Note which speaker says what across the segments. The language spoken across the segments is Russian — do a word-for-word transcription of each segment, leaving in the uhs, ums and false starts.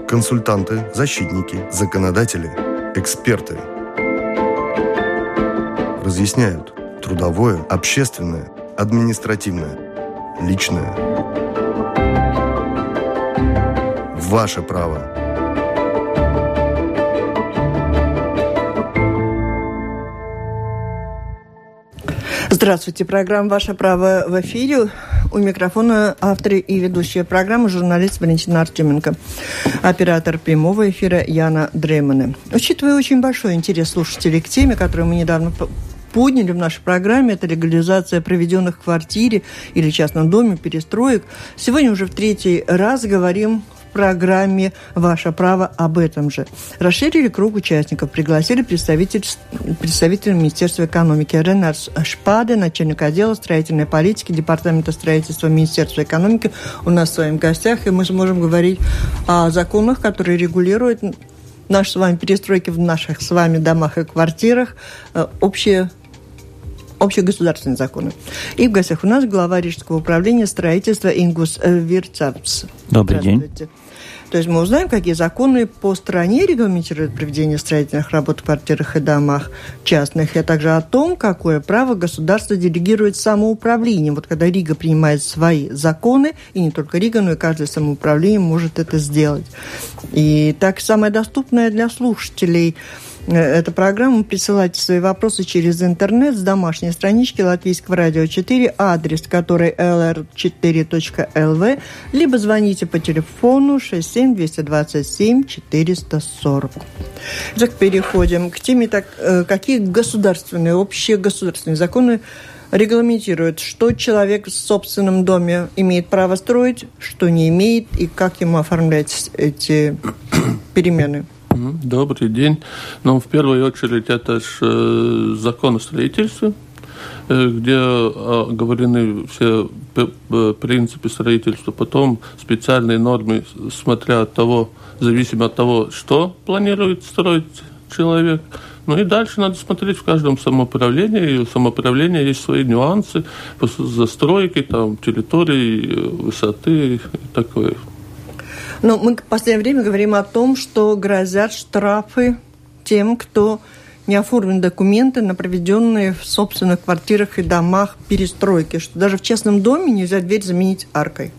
Speaker 1: Консультанты, защитники, законодатели, эксперты разъясняют трудовое, общественное, административное, личное. Ваше право.
Speaker 2: Здравствуйте. Программа «Ваше право» в эфире. У микрофона автор и ведущая программы журналист Валентина Артеменко. Оператор прямого эфира Яна Дремане. Учитывая очень большой интерес слушателей к теме, которую мы недавно подняли в нашей программе, это легализация проведенных в квартире или частном доме перестроек, сегодня уже в третий раз говорим в программе «Ваше право» об этом же. Расширили круг участников, пригласили представитель, представителя Министерства экономики Ренар Шпаде, начальник отдела строительной политики Департамента строительства Министерства экономики у нас в своих гостях, и мы сможем говорить о законах, которые регулируют наши с вами перестройки в наших с вами домах и квартирах, общие общегосударственные законы. И в гостях у нас глава Рижского управления строительства Ингус Вирцапс.
Speaker 3: Добрый день.
Speaker 2: То есть мы узнаем, какие законы по стране регламентируют проведение строительных работ в квартирах и домах частных, и также о том, какое право государство делегирует самоуправлению. Вот когда Рига принимает свои законы, и не только Рига, но и каждое самоуправление может это сделать. И так, самое доступное для слушателей эта программа. Присылайте свои вопросы через интернет с домашней странички Латвийского радио четыре, адрес который эл эр четыре точка эл ви, либо звоните по телефону шесть семь два два семь четыре сорок. Так, переходим к теме, так, какие государственные, общие государственные законы регламентируют, что человек в собственном доме имеет право строить, что не имеет, и как ему оформлять эти перемены.
Speaker 4: Добрый день. Ну, в первую очередь, это же закон о строительстве, где оговорены все принципы строительства, потом специальные нормы, смотря от того, зависимо от того, что планирует строить человек. Ну и дальше надо смотреть в каждом самоуправлении. И у самоуправления есть свои нюансы по застройке, там, территории, высоты и такое.
Speaker 2: Но мы в последнее время говорим о том, что грозят штрафы тем, кто не оформил документы на проведенные в собственных квартирах и домах перестройки, что даже в частном доме нельзя дверь заменить аркой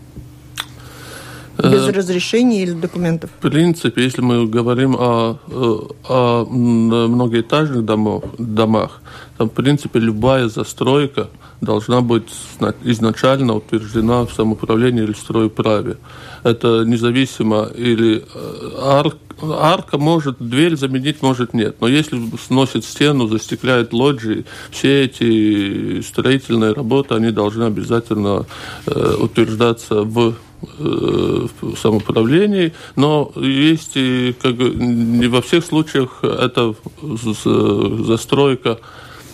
Speaker 2: без э, разрешения или документов.
Speaker 4: В принципе, если мы говорим о, о многоэтажных домов, домах, там, в принципе, любая застройка должна быть изначально утверждена в самоуправлении или стройправе. Это независимо, или арка, арка может дверь заменить, может нет. Но если сносит стену, застекляет лоджии, все эти строительные работы, они должны обязательно э, утверждаться в, э, в самоуправлении. Но есть и как, не во всех случаях это застройка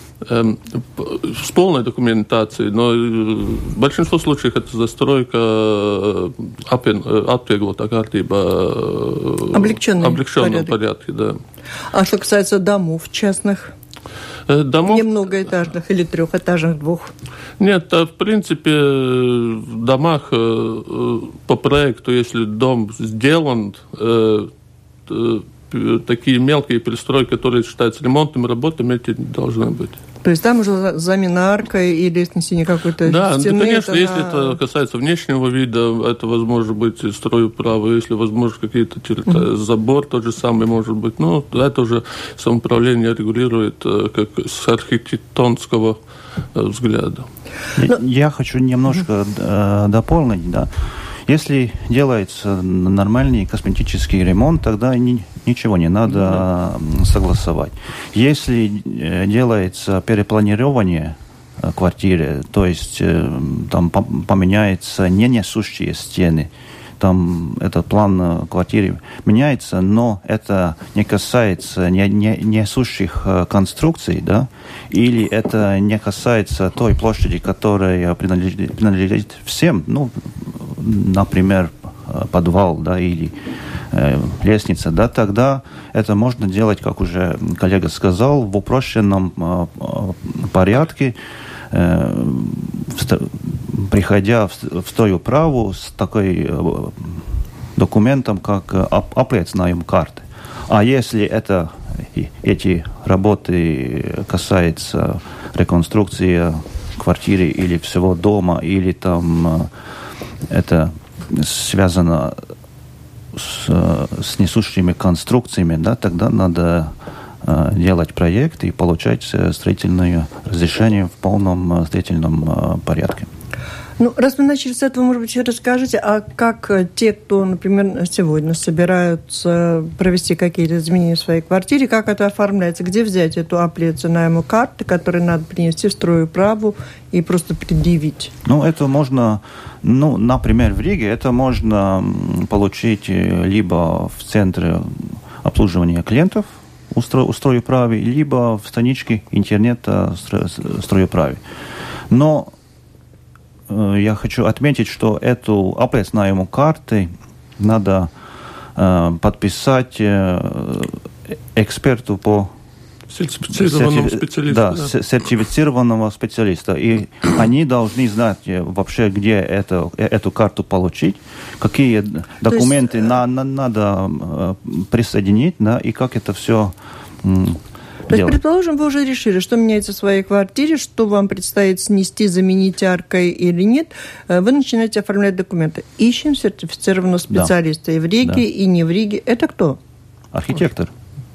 Speaker 4: с полной документацией, но в большинстве случаев это застройка отвеглота kārtība,
Speaker 2: облегченном
Speaker 4: облегченном порядке, да.
Speaker 2: А что касается домов частных?
Speaker 4: Домов...
Speaker 2: Немногоэтажных или трехэтажных, двух?
Speaker 4: Нет, в принципе, в домах по проекту, если дом сделан, такие мелкие перестройки, которые считаются ремонтными работами, эти не должны быть.
Speaker 2: То есть там уже замена аркой и лестницы какой-то
Speaker 4: да,
Speaker 2: стены?
Speaker 4: Да, конечно,
Speaker 2: это
Speaker 4: если
Speaker 2: на...
Speaker 4: это касается внешнего вида, это возможно быть стройуправа, если возможно какие-то mm-hmm. забор тот же самый может быть. Ну, это уже самоуправление регулирует как с архитектонского взгляда.
Speaker 3: Я, я хочу немножко mm-hmm. дополнить, да. Если делается нормальный косметический ремонт, тогда ни, ничего не надо mm-hmm. согласовать. Если делается перепланирование квартиры, то есть там поменяются не несущие стены, там этот план квартиры меняется, но это не касается не, не, несущих конструкций, да, или это не касается той площади, которая принадлежит, принадлежит всем, ну, например, подвал, да, или э, лестница, да, тогда это можно делать, как уже коллега сказал, в упрощенном э, порядке, э, в, приходя в, в той управу с такой э, документом, как оплет карты. А если это, эти работы касаются реконструкции квартиры или всего дома, или там это связано с, с несущими конструкциями, да, тогда надо э, делать проект и получать строительное разрешение в полном строительном э, порядке.
Speaker 2: Ну, раз мы начали с этого, может быть, расскажите, а как те, кто, например, сегодня собираются провести какие-то изменения в своей квартире, как это оформляется? Где взять эту оплачиваемую карту, которую надо принести в стройуправу и просто предъявить?
Speaker 3: Ну, это можно, ну, например, в Риге это можно получить либо в центре обслуживания клиентов у стройуправы, либо в страничке интернета стройуправы. Но я хочу отметить, что эту оплачиваемую карту надо э, подписать э, эксперту по
Speaker 4: сертифицированному
Speaker 3: сертифи...
Speaker 4: специалисту.
Speaker 3: Да,
Speaker 4: да.
Speaker 3: сертифицированного специалиста. И они должны знать вообще, где это, эту карту получить, какие документы есть... на, на, надо э, присоединить, да, и как это все м-
Speaker 2: То есть, предположим, вы уже решили, что меняется в своей квартире, что вам предстоит снести, заменить аркой или нет. Вы начинаете оформлять документы. Ищем сертифицированного специалиста. Да. И в Риге, да. и не в Риге. Это кто?
Speaker 3: Архитектор.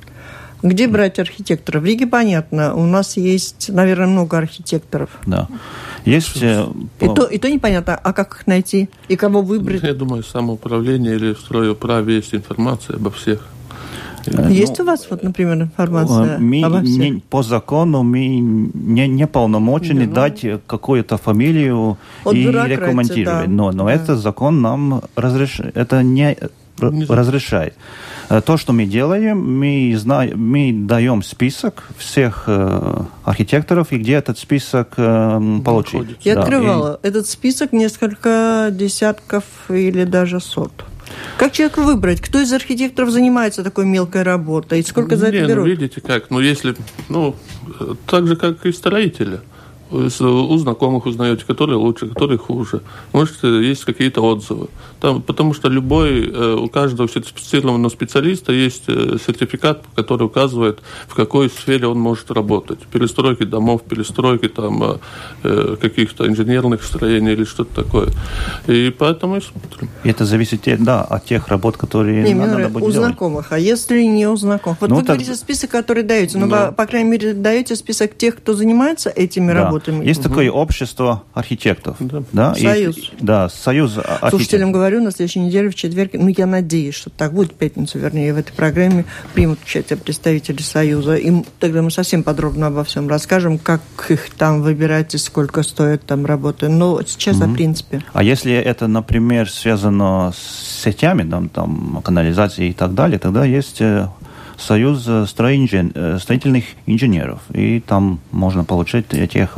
Speaker 2: Где брать архитектора? В Риге понятно. У нас есть, наверное, много архитекторов.
Speaker 3: Да. Есть...
Speaker 2: И то, и то непонятно, а как их найти? И кого выбрать?
Speaker 4: Я думаю, самоуправление или в стройуправе есть информация обо всех.
Speaker 2: Есть ну, у вас, вот, например, информация
Speaker 3: мы,
Speaker 2: обо всех?
Speaker 3: Не, по закону мы не, не полномочены не, ну, дать какую-то фамилию и рекомендировать. Да. Но, но да. этот закон нам разреш... это не, не разрешает. То, что мы делаем, мы, знаем, мы даем список всех э, архитекторов, и где этот список э, получить.
Speaker 2: Я
Speaker 3: да.
Speaker 2: открывала. И... Этот список несколько десятков или даже сот. Как человеку выбрать, кто из архитекторов занимается такой мелкой работой, и сколько за это берут?
Speaker 4: Ну, видите как, ну, если, ну, так же, как и строители. У знакомых узнаете, которые лучше, которые хуже. Может, есть какие-то отзывы. Там, потому что любой, у каждого сертифицированного специалиста есть сертификат, который указывает, в какой сфере он может работать. Перестройки домов, перестройки там, каких-то инженерных строений или что-то такое. И поэтому и смотрим.
Speaker 3: Это зависит, да, от тех работ, которые
Speaker 2: не,
Speaker 3: надо,
Speaker 2: надо будет у делать. Знакомых. А если не у знакомых? Вот ну, вы так... говорите список, который даете. Но, да. вы, по крайней мере, даете список тех, кто занимается этими да. работами.
Speaker 3: Есть угу. такое общество архитекторов. Да. Да?
Speaker 2: Союз.
Speaker 3: И, да, союз архитекторов.
Speaker 2: Слушателям говорю, на следующей неделе, в четверг, ну, я надеюсь, что так будет, в пятницу, вернее, в этой программе примут участие представители Союза. И тогда мы совсем подробно обо всем расскажем, как их там выбирать и сколько стоит там работа. Но сейчас, угу. о принципе.
Speaker 3: А если это, например, связано с сетями, там, там канализацией и так далее, тогда есть... Союз строительных инженеров. И там можно получить тех,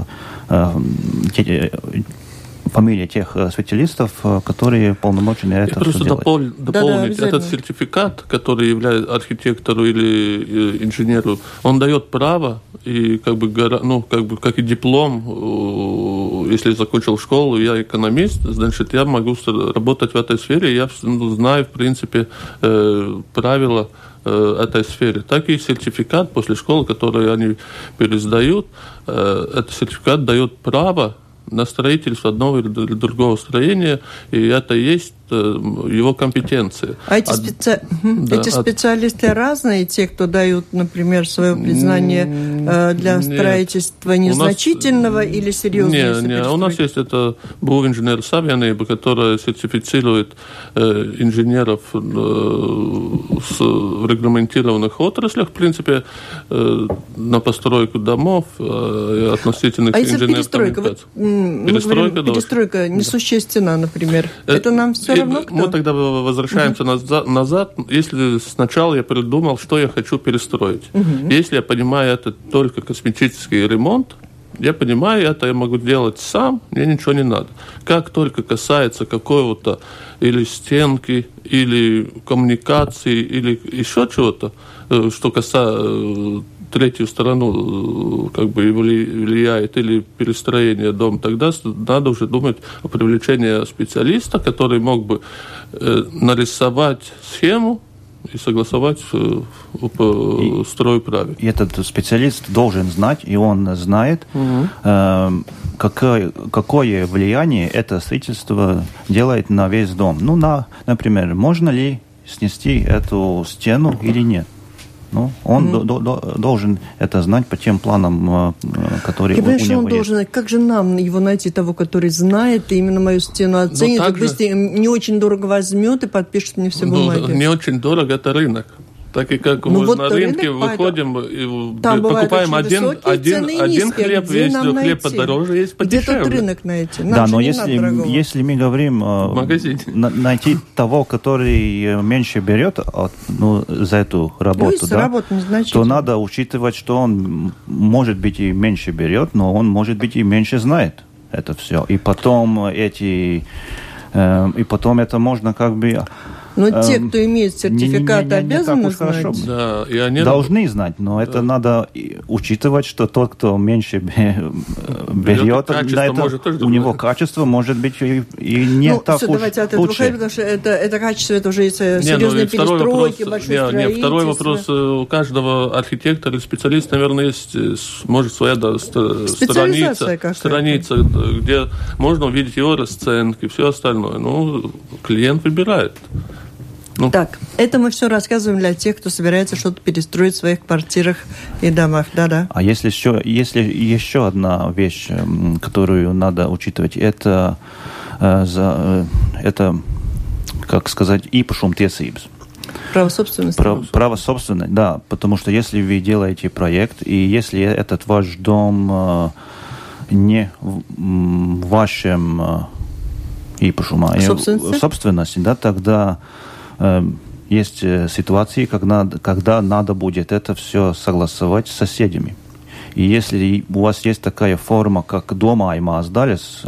Speaker 3: те, фамилии тех специалистов, которые полномочены это
Speaker 4: просто
Speaker 3: все делать.
Speaker 4: Допол- дополнить. Да, да, этот сертификат, который является архитектору или инженеру, он дает право, и как бы, ну, как бы как и диплом, если я закончил школу, я экономист, значит, я могу работать в этой сфере, я знаю, в принципе, правила этой сфере. Так и сертификат после школы, который они пересдают, этот сертификат дает право на строительство одного или другого строения, и это и есть его компетенции.
Speaker 2: А эти, специ... да, эти специалисты от... разные, те, кто дают, например, свое признание э, для строительства нет. незначительного нас... или серьезного?
Speaker 4: Нет, нет, у нас есть это Būvinženieru savienība, которая сертифицирует э, инженеров э, с, в регламентированных отраслях, в принципе, э, на постройку домов э, относительных
Speaker 2: а
Speaker 4: инженерных коммуникаций.
Speaker 2: Вот, перестройка, говорим, перестройка несущая стена, например.
Speaker 4: Э,
Speaker 2: это нам все равно кто?
Speaker 4: Мы тогда возвращаемся uh-huh. назад. Если сначала я придумал, что я хочу перестроить. Uh-huh. Если я понимаю, это только косметический ремонт, я понимаю, это я могу делать сам, мне ничего не надо. Как только касается какого-то или стенки, или коммуникации, или еще чего-то, что касается третью сторону как бы влияет или перестроение дома, тогда надо уже думать о привлечении специалиста, который мог бы нарисовать схему и согласовать по стройправе.
Speaker 3: И этот специалист должен знать, и он знает, угу. э, какое, какое влияние это строительство делает на весь дом. Ну, на, например, можно ли снести эту стену или нет? Ну, он mm-hmm. до, до, должен это знать по тем планам, которые
Speaker 2: Я
Speaker 3: у,
Speaker 2: понимаю,
Speaker 3: у
Speaker 2: что
Speaker 3: него
Speaker 2: он должен знать. Как же нам его найти, того, который знает, и именно мою стену оценит, так быстро, не очень дорого возьмет и подпишет мне все бумаги?
Speaker 4: Ну, не очень дорого, это рынок. Так и как ну, мы вот на рынке выходим и там покупаем один, один, один хлеб, есть хлеб подороже, есть подешевле.
Speaker 2: Где тут рынок найти? Нам
Speaker 3: да, но если, если мы говорим на, найти того, который меньше берет ну, за эту работу, ну, да, работа то надо учитывать, что он, может быть, и меньше берет, но он, может быть, и меньше знает это все. И потом эти... Э, и потом это можно как бы...
Speaker 2: Но эм, те, кто имеет сертификат, не, не, не, не обязаны знать.
Speaker 3: Да, и они должны знать, но да. это надо учитывать, что тот, кто меньше берет, да, это, у него качество может быть и, и не ну, так все, уж
Speaker 2: давайте от этого
Speaker 3: лучше.
Speaker 2: Уходим, потому что это, это качество, это уже серьезные
Speaker 4: не, ну,
Speaker 2: перестройки,
Speaker 4: вопрос,
Speaker 2: большое
Speaker 4: не,
Speaker 2: строительство.
Speaker 4: Не, второй вопрос, у каждого архитектора или специалиста, наверное, есть, может, своя да, страница, страница, где можно увидеть его расценки, все остальное. Ну, клиент выбирает.
Speaker 2: Ну. Так, это мы все рассказываем для тех, кто собирается что-то перестроить в своих квартирах и домах. Да-да.
Speaker 3: А если еще, если еще одна вещь, которую надо учитывать, это, это как сказать, īpašuma tiesības.
Speaker 2: Право собственности.
Speaker 3: Право, право собственности, да. Потому что если вы делаете проект, и если этот ваш дом не в вашем īpašumā,
Speaker 2: собственности,
Speaker 3: собственности, да, тогда есть ситуации, когда, когда надо будет это все согласовать с соседями. И если у вас есть такая форма, как domājumās daļas,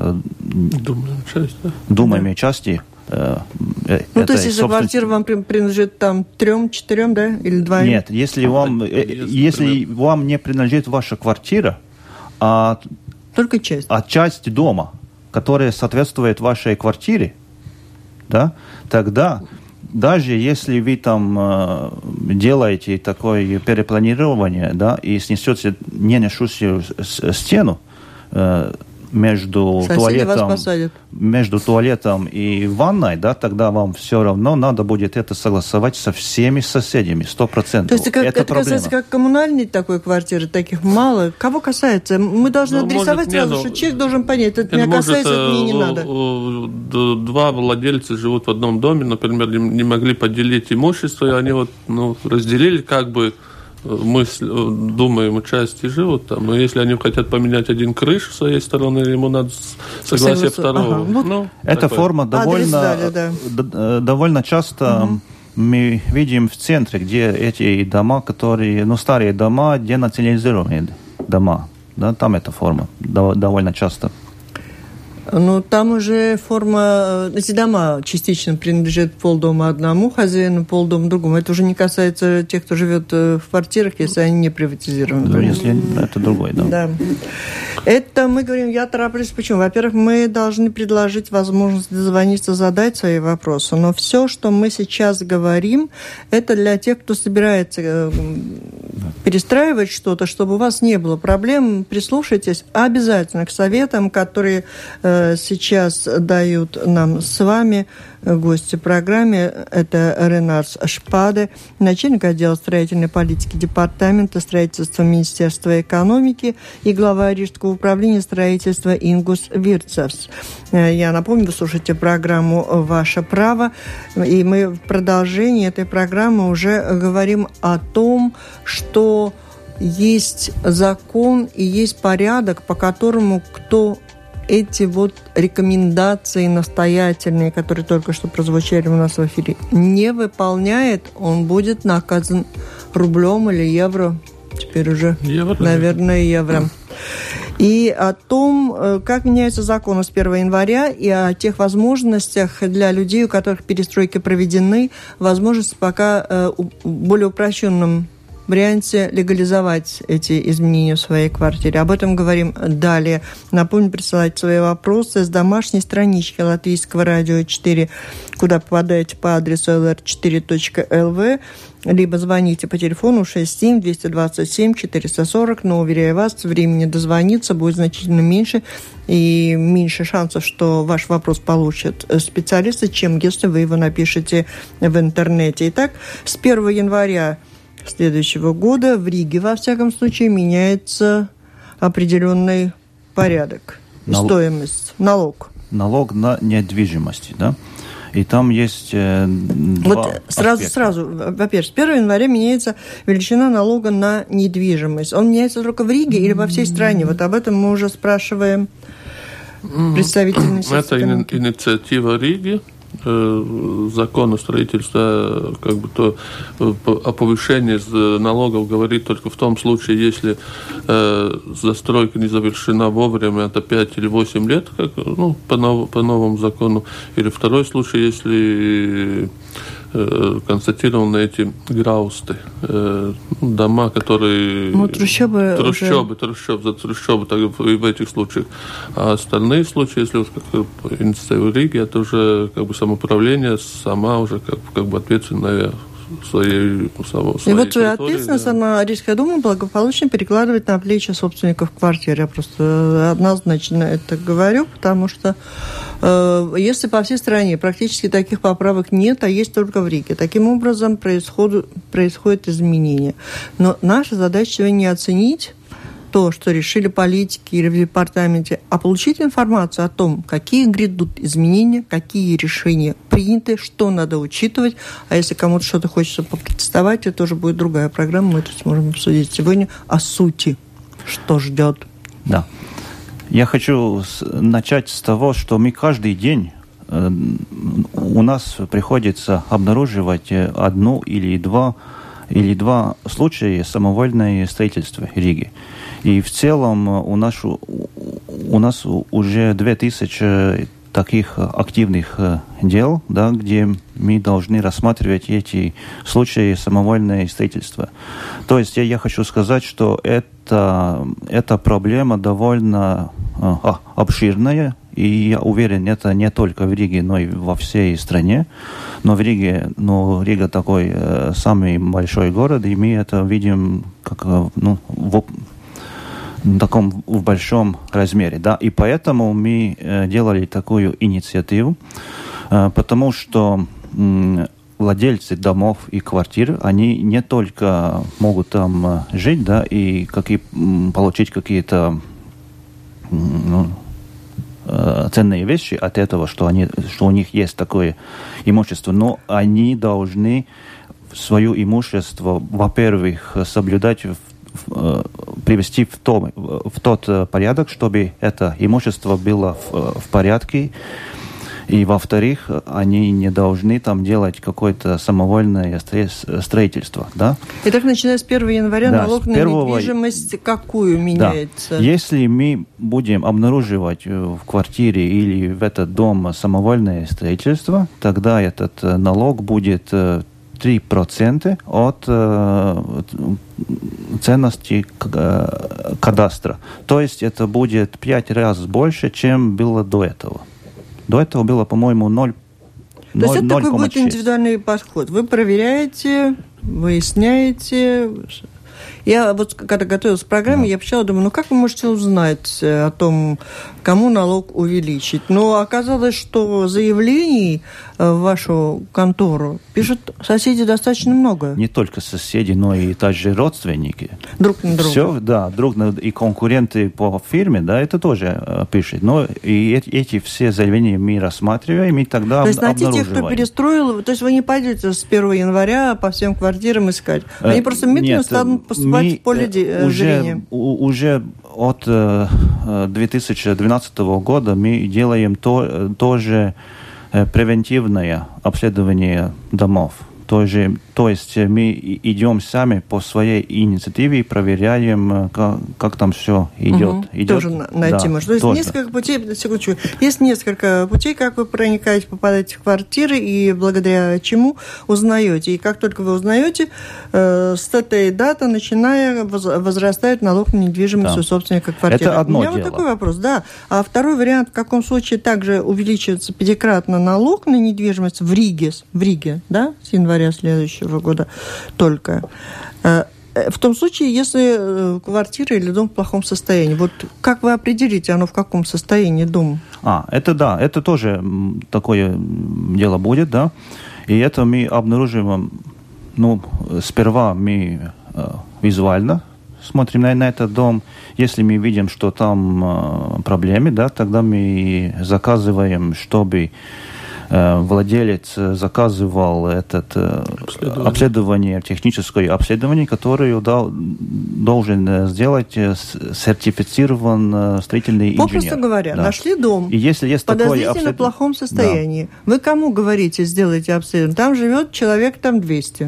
Speaker 3: думаемые части,
Speaker 2: э, ну, то есть, если собствен... квартира вам принадлежит там трем, четырем, да, или двоим?
Speaker 3: Нет, если вам, если вам не принадлежит ваша квартира, а
Speaker 2: только часть,
Speaker 3: а часть дома, которая соответствует вашей квартире, да, тогда даже если вы там э, делаете такое перепланирование, да, и снесете ненешущую стену э, между туалетом, между туалетом и ванной, да, тогда вам все равно надо будет это согласовать со всеми соседями, сто процентов.
Speaker 2: То есть это, это, это касается как коммунальной такой квартиры, таких мало. Кого касается? Мы должны ну, адресовать может, сразу, не, что человек должен понять, это меня может, касается, это мне не надо.
Speaker 4: Два владельца живут в одном доме, например, не могли поделить имущество, и они вот, ну, разделили как бы. Мы думаем, участие живут там, но если они хотят поменять один крышу с своей стороны, ему надо согласие второго. Ага, вот
Speaker 3: ну, эта такой. Форма довольно, дали, да. довольно часто угу. мы видим в центре, где эти дома, которые, ну, старые дома, денационализированные дома, да, там эта форма довольно часто.
Speaker 2: Ну, там уже форма... Эти дома частично принадлежат полдома одному хозяину, полдома другому. Это уже не касается тех, кто живет в квартирах, если они не приватизированы.
Speaker 3: Да, если это другой дом.
Speaker 2: Да. Это мы говорим, я тороплюсь. Почему? Во-первых, мы должны предложить возможность дозвониться, задать свои вопросы. Но все, что мы сейчас говорим, это для тех, кто собирается перестраивать что-то, чтобы у вас не было проблем. Прислушайтесь обязательно к советам, которые сейчас дают нам с вами гости программы. Это Ренарс Шпаде, начальник отдела строительной политики Департамента строительства Министерства экономики и глава Рижского управления строительства Ингус Вирцевс. Я напомню, вы слушаете программу «Ваше право», и мы в продолжении этой программы уже говорим о том, что есть закон и есть порядок, по которому кто эти вот рекомендации настоятельные, которые только что прозвучали у нас в эфире, не выполняет, он будет наказан рублем или евро. Теперь уже, евро, наверное, евро. И о том, как меняются законы с первого января, и о тех возможностях для людей, у которых перестройки проведены, возможности пока в более упрощенном варианте легализовать эти изменения в своей квартире. Об этом говорим далее. Напомню, присылайте свои вопросы с домашней странички Латвийского радио четыре, куда попадаете по адресу эл эр четыре точка эл ви, либо звоните по телефону шесть семь двести двадцать семь четыреста сорок, но, уверяю вас, времени дозвониться будет значительно меньше и меньше шансов, что ваш вопрос получат специалисты, чем если вы его напишете в интернете. Итак, с первого января следующего года в Риге, во всяком случае, меняется определенный порядок, Нал... стоимость, налог.
Speaker 3: Налог на недвижимость, да? И там есть э, два
Speaker 2: Вот сразу,
Speaker 3: аспекта. сразу,
Speaker 2: во-первых, с первого января меняется величина налога на недвижимость. Он меняется только в Риге или во всей стране? Вот об этом мы уже спрашиваем представительной
Speaker 4: Это инициатива Риги. Закон о строительстве, как бы, то о повышении налогов говорит только в том случае, если э, застройка не завершена вовремя, это пять или восемь лет, как, ну, по, нов, по новому закону. Или второй случай, если э, констатированы эти граусты, э, дома, которые...
Speaker 2: Ну, трущобы
Speaker 4: Трущобы,
Speaker 2: уже...
Speaker 4: трущобы, за трущобы, так и в этих случаях. А остальные случаи, если вот как инициатива Риги, это уже как бы самоуправление, сама уже как, как бы ответственная своей, своей
Speaker 2: И вот свою
Speaker 4: территории,
Speaker 2: ответственность
Speaker 4: да.
Speaker 2: она, Рижская дума, благополучно перекладывает на плечи собственников квартир. Я просто однозначно это говорю, потому что э, если по всей стране практически таких поправок нет, а есть только в Риге, таким образом происходит, происходит изменение. Но наша задача сегодня не оценить то, что решили политики или в департаменте, а получить информацию о том, какие грядут изменения, какие решения приняты, что надо учитывать. А если кому-то что-то хочется попротестовать, это тоже будет другая программа, мы это сможем обсудить сегодня о сути, что ждет.
Speaker 3: Да. Я хочу начать с того, что мы каждый день э, у нас приходится обнаруживать одну или два или два случая самовольного строительства Риги. И в целом у нас, у нас уже две тысячи таких активных дел, да, где мы должны рассматривать эти случаи самовольного строительства. То есть я, я хочу сказать, что это, эта проблема довольно а, обширная, и я уверен, это не только в Риге, но и во всей стране. Но в Риге, ну, Рига такой э, самый большой город, и мы это видим как, ну, в, в таком в большом размере, да. И поэтому мы э, делали такую инициативу, э, потому что э, владельцы домов и квартир, они не только могут там э, жить, да, и как и м, получить какие-то э, ну, ценные вещи от этого, что, они, что у них есть такое имущество, но они должны свое имущество, во-первых, соблюдать, в, привести в, том, в тот порядок, чтобы это имущество было в, в порядке, и, во-вторых, они не должны там делать какое-то самовольное строительство. Да?
Speaker 2: Итак, начиная с первого января
Speaker 3: да,
Speaker 2: налог на первого... недвижимость какую меняется?
Speaker 3: Да. Если мы будем обнаруживать в квартире или в этот дом самовольное строительство, тогда этот налог будет три процента от э, ценности э, кадастра. То есть это будет пять раз больше, чем было до этого. До этого было, по-моему, ноль.
Speaker 2: То есть это такой будет индивидуальный подход. Вы проверяете, выясняете. Я вот когда готовилась к программе, да. я почитала, думаю, ну как вы можете узнать о том, кому налог увеличить? Но оказалось, что заявлений в вашу контору пишут соседи достаточно много.
Speaker 3: Не только соседи, но и также родственники.
Speaker 2: Друг на друга.
Speaker 3: Все, да, друг на и конкуренты по фирме, да, это тоже э, пишут. Но и эти, эти все заявления мы рассматриваем, и тогда
Speaker 2: то есть
Speaker 3: обнаруживаем.
Speaker 2: найти тех, кто перестроил, то есть вы не пойдете с первого января по всем квартирам искать. Они э, просто медленно нет, станут поступать в поле
Speaker 3: э, уже,
Speaker 2: зрения.
Speaker 3: У, уже от э, две тысячи двенадцатого года мы делаем то, тоже превентивное обследование домов. Тоже То есть мы идем сами по своей инициативе и проверяем, как, как там все идет.
Speaker 2: Угу.
Speaker 3: идет.
Speaker 2: Тоже найти
Speaker 3: да,
Speaker 2: можно. То есть
Speaker 3: тоже.
Speaker 2: несколько путей, секундочку, есть несколько путей, как вы проникаете, попадаете в квартиры, и благодаря чему узнаете. И как только вы узнаете, э, с этой даты, начиная, возрастает налог на недвижимость
Speaker 3: да.
Speaker 2: у собственника квартиры.
Speaker 3: Это одно
Speaker 2: У меня
Speaker 3: дело.
Speaker 2: вот такой вопрос, да. А второй вариант, в каком случае также увеличивается пятикратно налог на недвижимость в Риге, в Риге, да, с января следующего года только. В том случае, если квартира или дом в плохом состоянии. Вот как вы определите, оно в каком состоянии дом?
Speaker 3: А, это да, это тоже такое дело будет, да. И это мы обнаруживаем, ну, сперва мы э, визуально смотрим на, на этот дом. Если мы видим, что там э, проблемы, да, тогда мы заказываем, чтобы владелец заказывал этот обследование, обследование техническое обследование, которое должен сделать сертифицирован строительный инженер.
Speaker 2: Попросту говоря, да. Нашли дом
Speaker 3: и если есть
Speaker 2: в подозрительно
Speaker 3: обслед...
Speaker 2: плохом состоянии. Да. Вы кому говорите, сделайте обследование? Там живет человек там двести.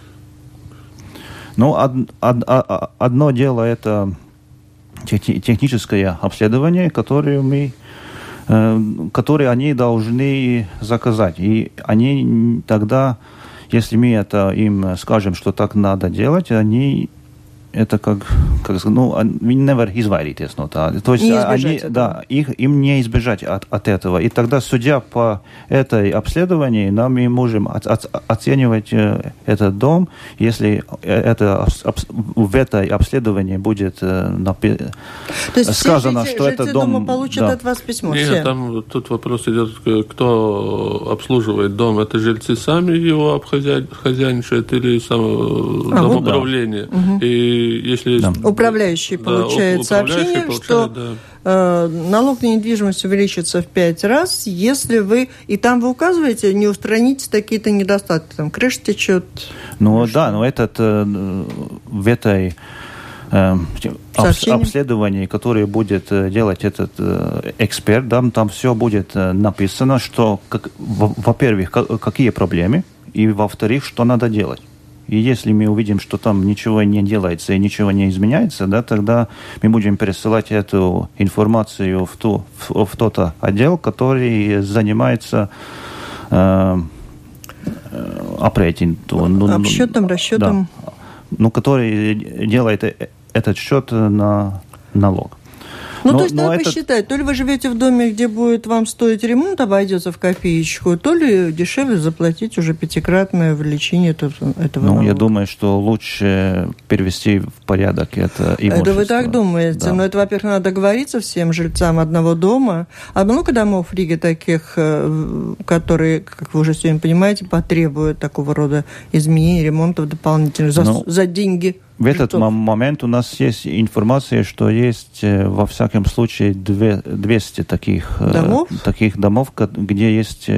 Speaker 3: Ну, од, од, од, одно дело это техническое обследование, которое мы которые они должны заказать. И они тогда, если мы это им скажем, что так надо делать, они это как, как ну, viņi nevar izvairīties no tā. То есть
Speaker 2: не
Speaker 3: они, да, их, им не избежать от, от этого. И тогда, судя по этой обследованию, нам мы можем от, от, оценивать этот дом, если это, в этой обследовании будет напи-
Speaker 2: То есть
Speaker 3: сказано,
Speaker 2: все
Speaker 3: что это дом...
Speaker 2: дома получат
Speaker 3: да.
Speaker 2: от вас письмо?
Speaker 4: Нет,
Speaker 2: все.
Speaker 4: там тут вопрос идет, кто обслуживает дом. Это жильцы сами его обхозяйничают или само
Speaker 2: а,
Speaker 4: домоуправление?
Speaker 2: Вот да.
Speaker 4: И если
Speaker 2: да. Управляющий
Speaker 4: да,
Speaker 2: получает
Speaker 4: управляющий
Speaker 2: сообщение,
Speaker 4: получает,
Speaker 2: что
Speaker 4: да.
Speaker 2: э, налог на недвижимость увеличится в пять раз, если вы... И там вы указываете, не устраните такие-то недостатки. Там крыша течет.
Speaker 3: Ну да, но этот э, в этой э, обследовании, которое будет делать этот э, эксперт, да, там все будет написано, что, как, во-первых, какие проблемы, и во-вторых, что надо делать. И если мы увидим, что там ничего не делается и ничего не изменяется, да, тогда мы будем пересылать эту информацию в, ту, в, в тот отдел, который занимается э,
Speaker 2: опрейтингом. Обсчетом, расчетом.
Speaker 3: Да, ну, который делает этот счет на налог.
Speaker 2: Ну,
Speaker 3: но,
Speaker 2: то есть надо
Speaker 3: этот...
Speaker 2: посчитать, то ли вы живете в доме, где будет вам стоить ремонт, обойдется в копеечку, то ли дешевле заплатить уже пятикратное увеличение этого, этого
Speaker 3: Ну,
Speaker 2: налога.
Speaker 3: я думаю, что лучше перевести в порядок это имущество.
Speaker 2: Это вы так думаете?
Speaker 3: Да.
Speaker 2: Но это, во-первых, надо договориться всем жильцам одного дома. А много домов в Риге таких, которые, как вы уже сегодня понимаете, потребуют такого рода изменений, ремонтов дополнительных за, ну, за деньги?
Speaker 3: В этот момент у нас есть информация, что есть во всяком случае двести таких домов, таких домов, где есть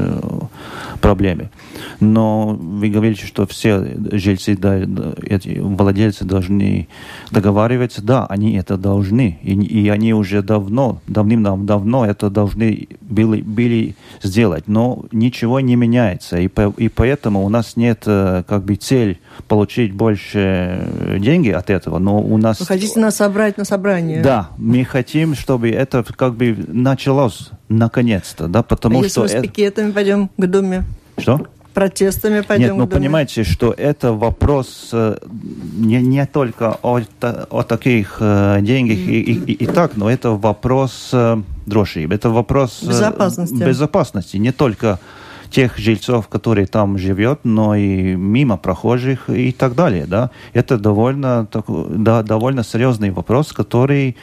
Speaker 3: проблемы. Но вы говорите, что все жильцы, да, эти владельцы должны договариваться. Да, они это должны. И, и они уже давно, давным-давно это должны были, были сделать. Но ничего не меняется. И, по, и поэтому у нас нет как бы цель получить больше деньги от этого, но у нас...
Speaker 2: Вы хотите нас собрать на собрание?
Speaker 3: Да, мы хотим, чтобы это как бы началось наконец-то, да, потому
Speaker 2: а
Speaker 3: что...
Speaker 2: если мы с пикетами пойдем к Думе?
Speaker 3: Что?
Speaker 2: Протестами пойдем
Speaker 3: Нет, ну
Speaker 2: к Думе?
Speaker 3: понимаете, что это вопрос не, не только о, о таких э, деньгах mm-hmm. и, и, и так, но это вопрос э, дрожжи, это вопрос э,
Speaker 2: безопасности.
Speaker 3: безопасности, не только тех жильцов, которые там живут, но и мимо прохожих и так далее, да. Это довольно, так, да, довольно серьезный вопрос, который,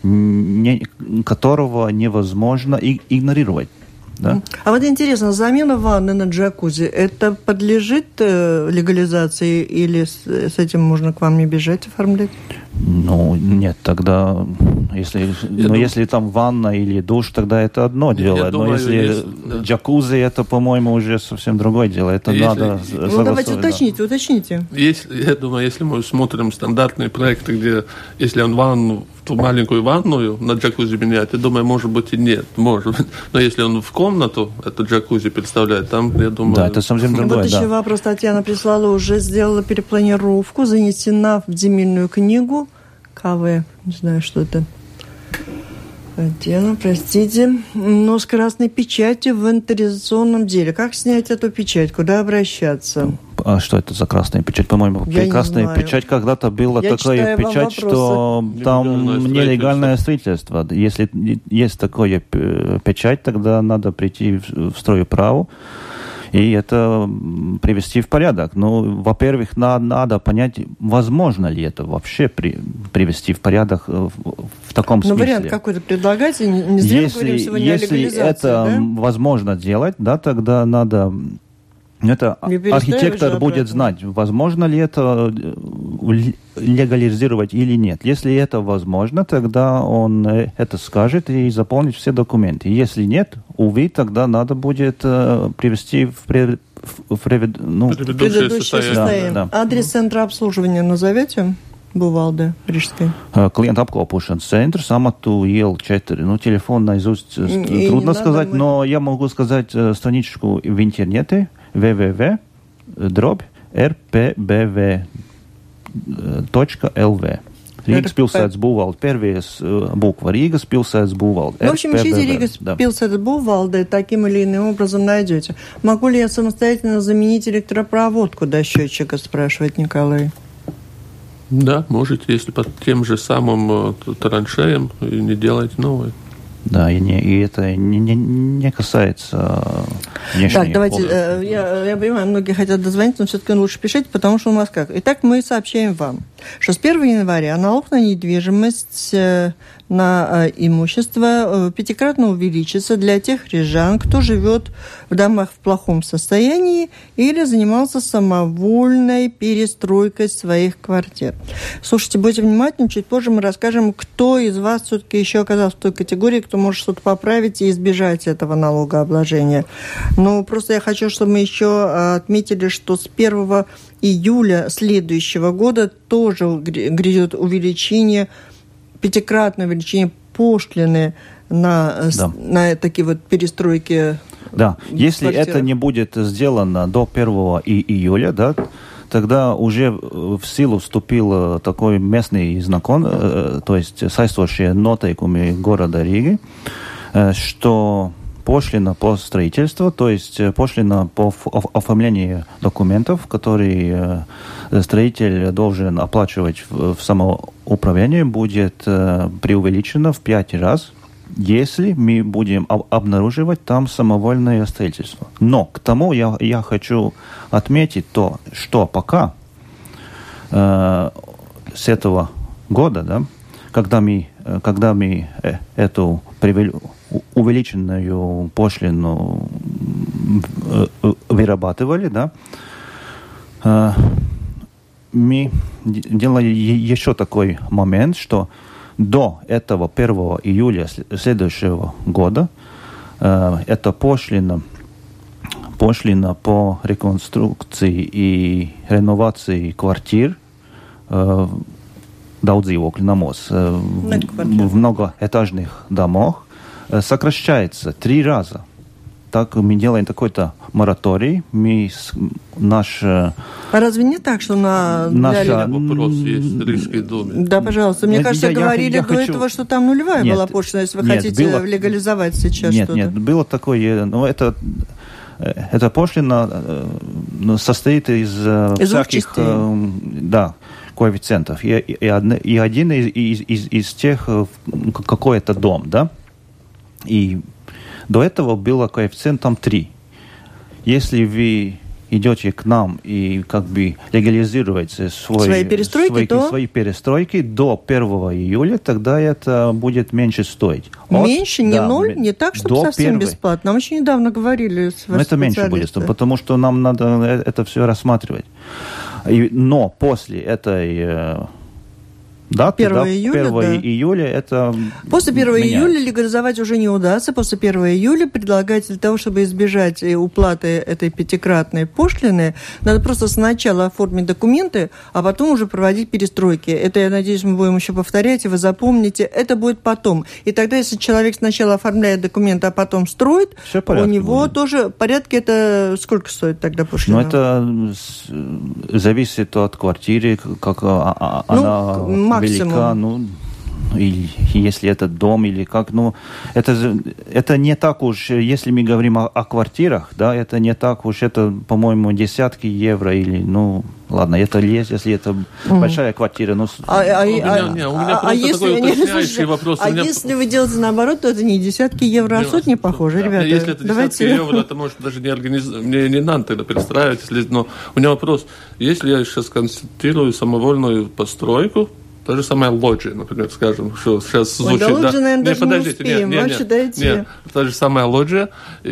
Speaker 3: не, которого невозможно и, игнорировать. Да?
Speaker 2: А вот интересно, замена ванны на джакузи, это подлежит э, легализации или с, с этим можно к вам не бежать оформлять?
Speaker 3: Ну, нет, тогда, если, но думаю, если там ванна или душ, тогда это одно дело.
Speaker 4: Думаю,
Speaker 3: но если
Speaker 4: есть, да.
Speaker 3: джакузи, это, по-моему, уже совсем другое дело. Это если, надо
Speaker 2: ну, давайте уточните, да. уточните.
Speaker 4: Если, я думаю, если мы смотрим стандартные проекты, где, если он ванну ту маленькую ванную на джакузи менять, я думаю, может быть и нет, может быть. Но если он в комнату этот джакузи представляет, там, я думаю...
Speaker 3: Да, это совсем другое,
Speaker 2: Вот
Speaker 3: да.
Speaker 2: еще вопрос Татьяна прислала, уже сделала перепланировку, занесена в земельную книгу. КВ, не знаю, что это. Татьяна, простите. Но с красной печатью в инвентаризационном деле. Как снять эту печать? Куда обращаться?
Speaker 3: А что это за красная печать? По-моему,
Speaker 2: Я
Speaker 3: красная печать когда-то была
Speaker 2: Я
Speaker 3: такая печать, что там
Speaker 4: Нелегальное
Speaker 3: нелегальное строительство. Если есть такое печать, тогда надо прийти в стройуправу и это привести в порядок. Ну, во-первых, на, надо понять, возможно ли это вообще при, привести в порядок в, в таком
Speaker 2: Ну,
Speaker 3: смысле.
Speaker 2: вариант какой-то предлагайте. Не зря мы говорим сегодня о
Speaker 3: если
Speaker 2: легализации,
Speaker 3: это
Speaker 2: да?
Speaker 3: возможно делать, да, тогда надо... Это архитектор будет знать, возможно ли это легализировать или нет. Если это возможно, тогда он это скажет и заполнит все документы. Если нет, увы, тогда надо будет э, привести в, пред, в, в ну,
Speaker 2: предыдущее состояние.
Speaker 3: Да, да.
Speaker 2: Адрес центра обслуживания назовете? Бувалда, Рижской.
Speaker 3: Клиент apkalpošanas центр, Самату iela четыре. Ну, телефон наизусть и трудно сказать, мы... но я могу сказать страничку в интернете www дробь эр пэ бэ вэ точка эл вэ. Рīgas pilsētas būvvalde, первая буква Рīgas pilsētas būvvalde.
Speaker 2: В общем, ищите Рīgas pilsētas būvvalde, таким или иным образом найдете. Могу ли я самостоятельно заменить электропроводку до счетчика, спрашивает Николай.
Speaker 4: Да, можете, если под тем же самым траншеем, и не делать новые.
Speaker 3: Да, и, не, и это не, не, не касается внешней.
Speaker 2: Так, давайте, э, я, я понимаю, многие хотят дозвониться, но все-таки лучше пишите, потому что у нас как. Итак, мы сообщаем вам, что с первого января налог на недвижимость, э, на э, имущество э, пятикратно увеличится для тех рижан, кто живет в домах в плохом состоянии или занимался самовольной перестройкой своих квартир. Слушайте, будьте внимательны, чуть позже мы расскажем, кто из вас все-таки еще оказался в той категории, кто может что-то поправить и избежать этого налогообложения. Но просто я хочу, чтобы мы еще отметили, что с первого июля следующего года тоже грядет увеличение, пятикратное увеличение пошлины на, да. на такие вот перестройки.
Speaker 3: Да, если это не будет сделано до первого июля, да, тогда уже в силу вступил такой местный закон, то есть соответствующие нотейками города Риги, что пошлина по строительству, то есть пошлина по оформлению документов, которые строитель должен оплачивать в самоуправлении, будет преувеличена в пять раз, если мы будем обнаруживать там самовольное строительство. Но к тому я, я хочу отметить то, что пока э, с этого года, да, когда мы, когда мы эту увеличенную пошлину вырабатывали, да, э, мы делали еще такой момент, что до этого первого июля следующего года э, эта пошлина, пошлина по реконструкции и реновации квартир э, daudzdzīvokļu namos, э, в, в многоэтажных домах э, сокращается три раза. Так мы делаем такой-то мораторий. Мы наш... А
Speaker 2: разве не так, что на...
Speaker 3: Наша...
Speaker 2: Для...
Speaker 4: Вопрос есть в Рижской думе.
Speaker 2: Да, пожалуйста. Мне
Speaker 3: я,
Speaker 2: кажется,
Speaker 3: я,
Speaker 2: говорили
Speaker 3: я, я
Speaker 2: до
Speaker 3: хочу...
Speaker 2: этого, что там нулевая
Speaker 3: нет,
Speaker 2: была пошлина, если вы
Speaker 3: нет,
Speaker 2: хотите
Speaker 3: было...
Speaker 2: легализовать сейчас
Speaker 3: нет,
Speaker 2: что-то.
Speaker 3: Нет, нет, было такое... Ну, это... Эта пошлина ну, состоит из, из всяких... Да, коэффициентов. И, и, и один из, из, из, из тех, какой это дом, да? И до этого было коэффициентом три. Если вы идете к нам и как бы легализируете свой,
Speaker 2: свои, перестройки,
Speaker 3: свои,
Speaker 2: то...
Speaker 3: свои перестройки до первого июля, тогда это будет меньше стоить.
Speaker 2: Меньше,
Speaker 3: От,
Speaker 2: не
Speaker 3: да,
Speaker 2: ноль, не так, чтобы совсем первой. Бесплатно. Нам очень недавно говорили с
Speaker 3: вашими это меньше будет, потому что нам надо это все рассматривать. И, но после этой Даты,
Speaker 2: первого
Speaker 3: да,
Speaker 2: июля,
Speaker 3: первого
Speaker 2: да.
Speaker 3: июля это
Speaker 2: После первого
Speaker 3: меняется.
Speaker 2: июля легализовать уже не удастся. После первого июля предлагается для того, чтобы избежать уплаты этой пятикратной пошлины, надо просто сначала оформить документы, а потом уже проводить перестройки. Это, я надеюсь, мы будем еще повторять, и вы запомните. Это будет потом. И тогда, если человек сначала оформляет документы, а потом строит, у него
Speaker 3: будет.
Speaker 2: тоже порядки. Это сколько стоит тогда пошлина?
Speaker 3: Ну, это зависит от квартиры, как ну, она
Speaker 2: максимум.
Speaker 3: велика, ну, или если это дом, или как, ну, это, это не так уж, если мы говорим о, о квартирах, да, это не так уж, это, по-моему, десятки евро, или, ну, ладно, это есть, если это mm. большая квартира, ну...
Speaker 2: А, а,
Speaker 4: у меня,
Speaker 2: а,
Speaker 4: не, у меня
Speaker 2: а,
Speaker 4: просто
Speaker 2: а если,
Speaker 4: такой уточняющий
Speaker 2: не,
Speaker 4: вопрос.
Speaker 2: А
Speaker 4: меня...
Speaker 2: если вы делаете наоборот, то это не десятки евро, а сотни, похоже,
Speaker 4: да,
Speaker 2: ребята.
Speaker 4: Если это
Speaker 2: Давайте...
Speaker 4: десятки евро, это может даже не организ... мне не надо тогда перестраивать, если... но у меня вопрос, если я сейчас констатирую самовольную постройку, та же самая лоджия, например, скажем, что сейчас звучит...
Speaker 2: Ой, да лоджия,
Speaker 4: да?
Speaker 2: наверное,
Speaker 4: не,
Speaker 2: даже
Speaker 4: подождите,
Speaker 2: не успеем.
Speaker 4: Нет, нет,
Speaker 2: Вообще,
Speaker 4: нет,
Speaker 2: дайте...
Speaker 4: нет, та же самая лоджия,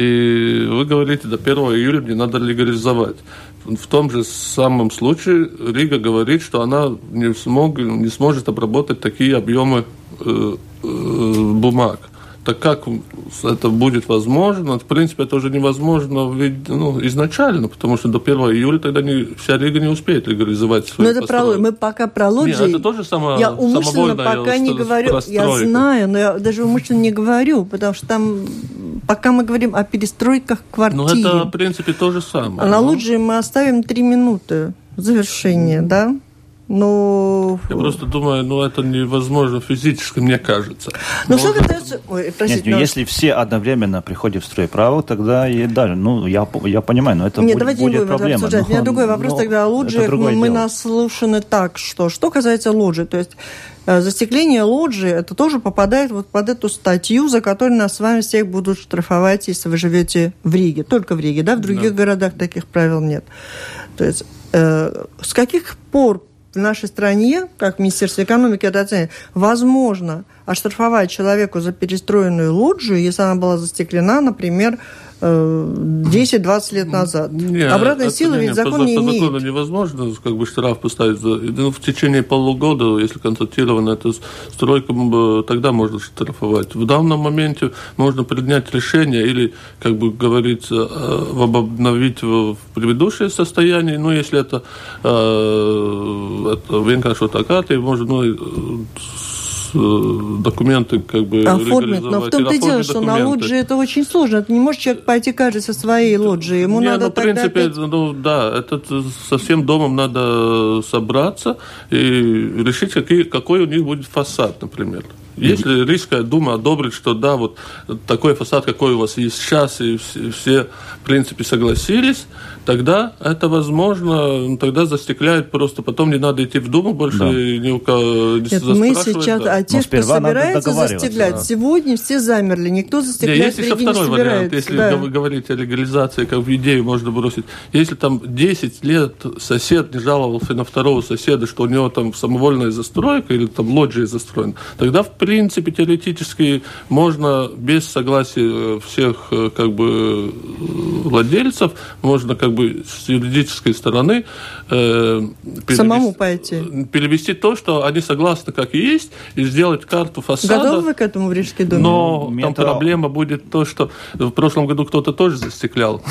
Speaker 4: и вы говорите, до первого июля мне надо легализовать. В том же самом случае Рига говорит, что она не, смог, не сможет обработать такие объемы э, э, бумаг. Так как это будет возможно? В принципе, это уже невозможно ну, изначально, потому что до первого июля тогда не, вся Рига не успеет легализовать свои
Speaker 2: Но это про, мы пока про лоджии...
Speaker 4: Нет, это тоже само,
Speaker 2: я умышленно пока не говорю, я знаю, но я даже умышленно не говорю, потому что там, пока мы говорим о перестройках квартир...
Speaker 4: Ну, это, в принципе, то же самое.
Speaker 2: А на
Speaker 4: ну.
Speaker 2: лоджии мы оставим три минуты завершения, да? Ну,
Speaker 3: Но...
Speaker 4: Я просто думаю, ну, это невозможно физически, мне кажется.
Speaker 2: Ну, что касается... Ой, простите,
Speaker 3: Нет, но... если все одновременно приходят в стройправо, тогда и даже, ну, я, я понимаю, но это
Speaker 2: Нет,
Speaker 3: будет,
Speaker 2: давайте
Speaker 3: будет
Speaker 2: не будем
Speaker 3: проблема.
Speaker 2: обсуждать. У меня другой вопрос тогда о лоджиях. Мы, мы наслушаны так, что... Что касается лоджии, то есть застекление лоджии, это тоже попадает вот под эту статью, за которую нас с вами всех будут штрафовать, если вы живете в Риге. Только в Риге, да? В других да. городах таких правил нет. То есть э, с каких пор в нашей стране, как Министерство экономики это оценивает, возможно оштрафовать человеку за перестроенную лоджию, если она была застеклена, например, десять-двадцать лет назад.
Speaker 4: Нет,
Speaker 2: обратной силы
Speaker 4: не,
Speaker 2: ведь
Speaker 4: не,
Speaker 2: закон
Speaker 4: по,
Speaker 2: не
Speaker 4: по
Speaker 2: имеет.
Speaker 4: По закону невозможно как бы штраф поставить. За, ну, в течение полугода, если констатирована эта стройка, тогда можно штрафовать. В данном моменте можно принять решение или, как бы говорится, обновить в предыдущее состояние. Ну, если это, это vienkāršo kārtību, можно, ну, документы как бы
Speaker 2: оформить. Но в том-то и дело, что на лоджии это очень сложно. Это не может человек пойти каждый со своей лоджии. Ему
Speaker 4: не,
Speaker 2: надо
Speaker 4: ну, в принципе,
Speaker 2: опять...
Speaker 4: ну, да, это со всем домом надо собраться и решить, какие, какой у них будет фасад, например. Если Рижская дума одобрит, что да, вот такой фасад, какой у вас есть сейчас, и все, все в принципе, согласились, тогда это возможно, тогда застекляют просто, потом не надо идти в Думу больше, да. ни у кого не
Speaker 2: Нет, мы сейчас, да. а те, кто собирается застеклять, да. сегодня все замерли, никто застеклять в Риге не собирается.
Speaker 4: Вариант, если
Speaker 2: да.
Speaker 4: вы говорите о легализации, как в идею можно бросить, если там десять лет сосед не жаловался на второго соседа, что у него там самовольная застройка или там лоджия застроена, тогда в принципе теоретически можно без согласия всех как бы владельцев, можно как бы с юридической стороны э, перевести,
Speaker 2: самому пойти.
Speaker 4: перевести то, что они согласны как и есть, и сделать карту фасада.
Speaker 2: Готовы вы к этому в Рижской думе?
Speaker 4: Но
Speaker 3: ну,
Speaker 4: там проблема будет то, что в прошлом году кто-то тоже застеклял.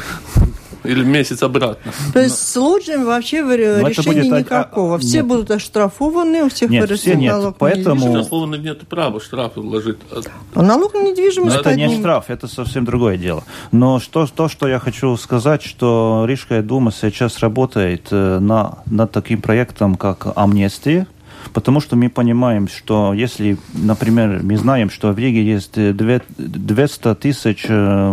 Speaker 4: Или месяц обратно.
Speaker 2: То есть с лоджиями вообще решения никакого. Все нет. будут оштрафованы, у всех вырастет налог на
Speaker 3: недвижимость.
Speaker 4: Оштрафованы нет права штрафы вложить.
Speaker 2: А налог на недвижимость
Speaker 3: это не штраф, это совсем другое дело. Но что, то, что я хочу сказать, что Рижская дума сейчас работает на, над таким проектом, как амнистия, потому что мы понимаем, что если, например, мы знаем, что в Риге есть двести тысяч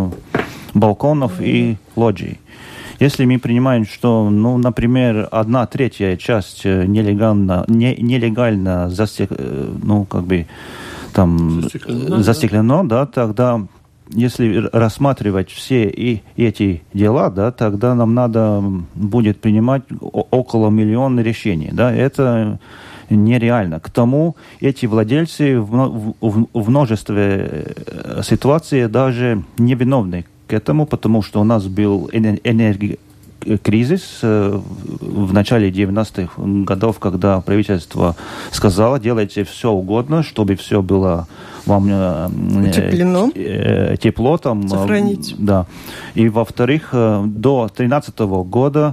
Speaker 3: балконов и лоджий. Если мы принимаем, что, ну, например, одна третья часть нелегально, не, нелегально застек, ну, как бы, там, застеклено, застеклено да. да, тогда, если рассматривать все и эти дела, да, тогда нам надо будет принимать около миллиона решений, да, это нереально. К тому эти владельцы в, в, в множестве ситуаций даже невиновны к этому, потому что у нас был энерги, кризис в начале девяностых годов, когда правительство сказало, делайте все угодно, чтобы все было вам
Speaker 2: утеплено,
Speaker 3: тепло там.
Speaker 2: Сохранить.
Speaker 3: Да. И, во-вторых, до две тысячи тринадцатого года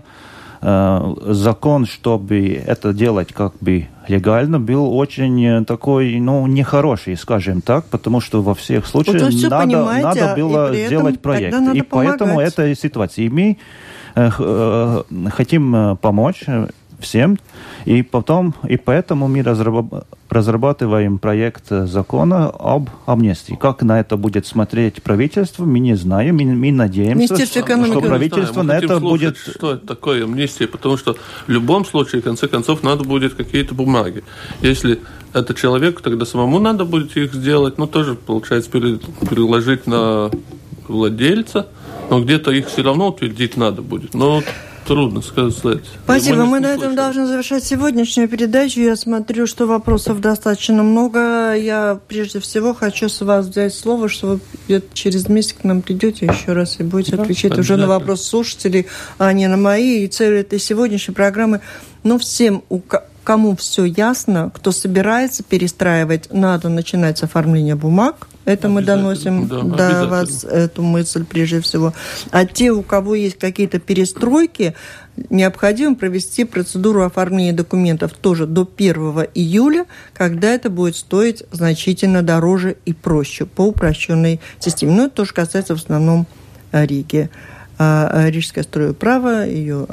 Speaker 3: закон, чтобы это делать как бы легально, был очень такой, ну, нехороший, скажем так, потому что во всех случаях вот надо, надо было сделать проект. И
Speaker 2: помогать.
Speaker 3: Поэтому эта ситуация. И мы э, э, хотим помочь всем, и потом, и поэтому мы разраб- разрабатываем проект закона об амнистии. Как на это будет смотреть правительство, мы не знаем, мы, мы надеемся, что правительство на это будет...
Speaker 4: Что это такое амнистия, потому что в любом случае, в конце концов, надо будет какие-то бумаги. Если это человеку, тогда самому надо будет их сделать, ну, тоже, получается, переложить на владельца, но где-то их все равно утвердить надо будет. Но трудно сказать.
Speaker 2: Спасибо. Мы на этом должны завершать сегодняшнюю передачу. Я смотрю, что вопросов достаточно много. Я прежде всего хочу с вас взять слово, что вы через месяц к нам придете еще раз и будете отвечать уже на вопросы слушателей, а не на мои. И цель этой сегодняшней программы, ну, всем, у кому все ясно, кто собирается перестраивать, надо начинать с оформления бумаг. Это мы доносим да, до вас, эту мысль прежде всего. А те, у кого есть какие-то перестройки, необходимо провести процедуру оформления документов тоже до первого июля, когда это будет стоить значительно дороже и проще по упрощенной системе. Но это тоже касается в основном Риги. А Рижское стройправо, ее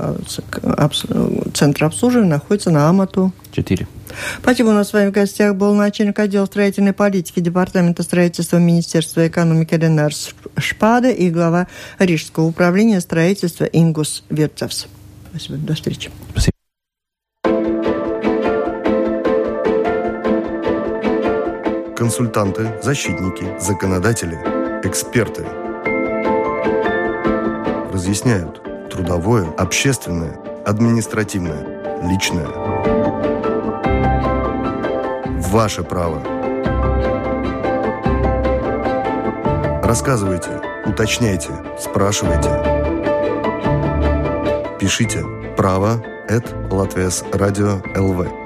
Speaker 2: центр обслуживания находится на Амату
Speaker 3: четыре.
Speaker 2: Спасибо. У нас с вами в гостях был начальник отдела строительной политики Департамента строительства Министерства экономики Ренар Шпада и глава Рижского управления строительства Ингус Верцевс. Спасибо. До встречи.
Speaker 3: Спасибо.
Speaker 1: Консультанты, защитники, законодатели, эксперты разъясняют трудовое, общественное, административное, личное. Ваше право. Рассказывайте, уточняйте, спрашивайте. Пишите право эт латвияс радио эл ви.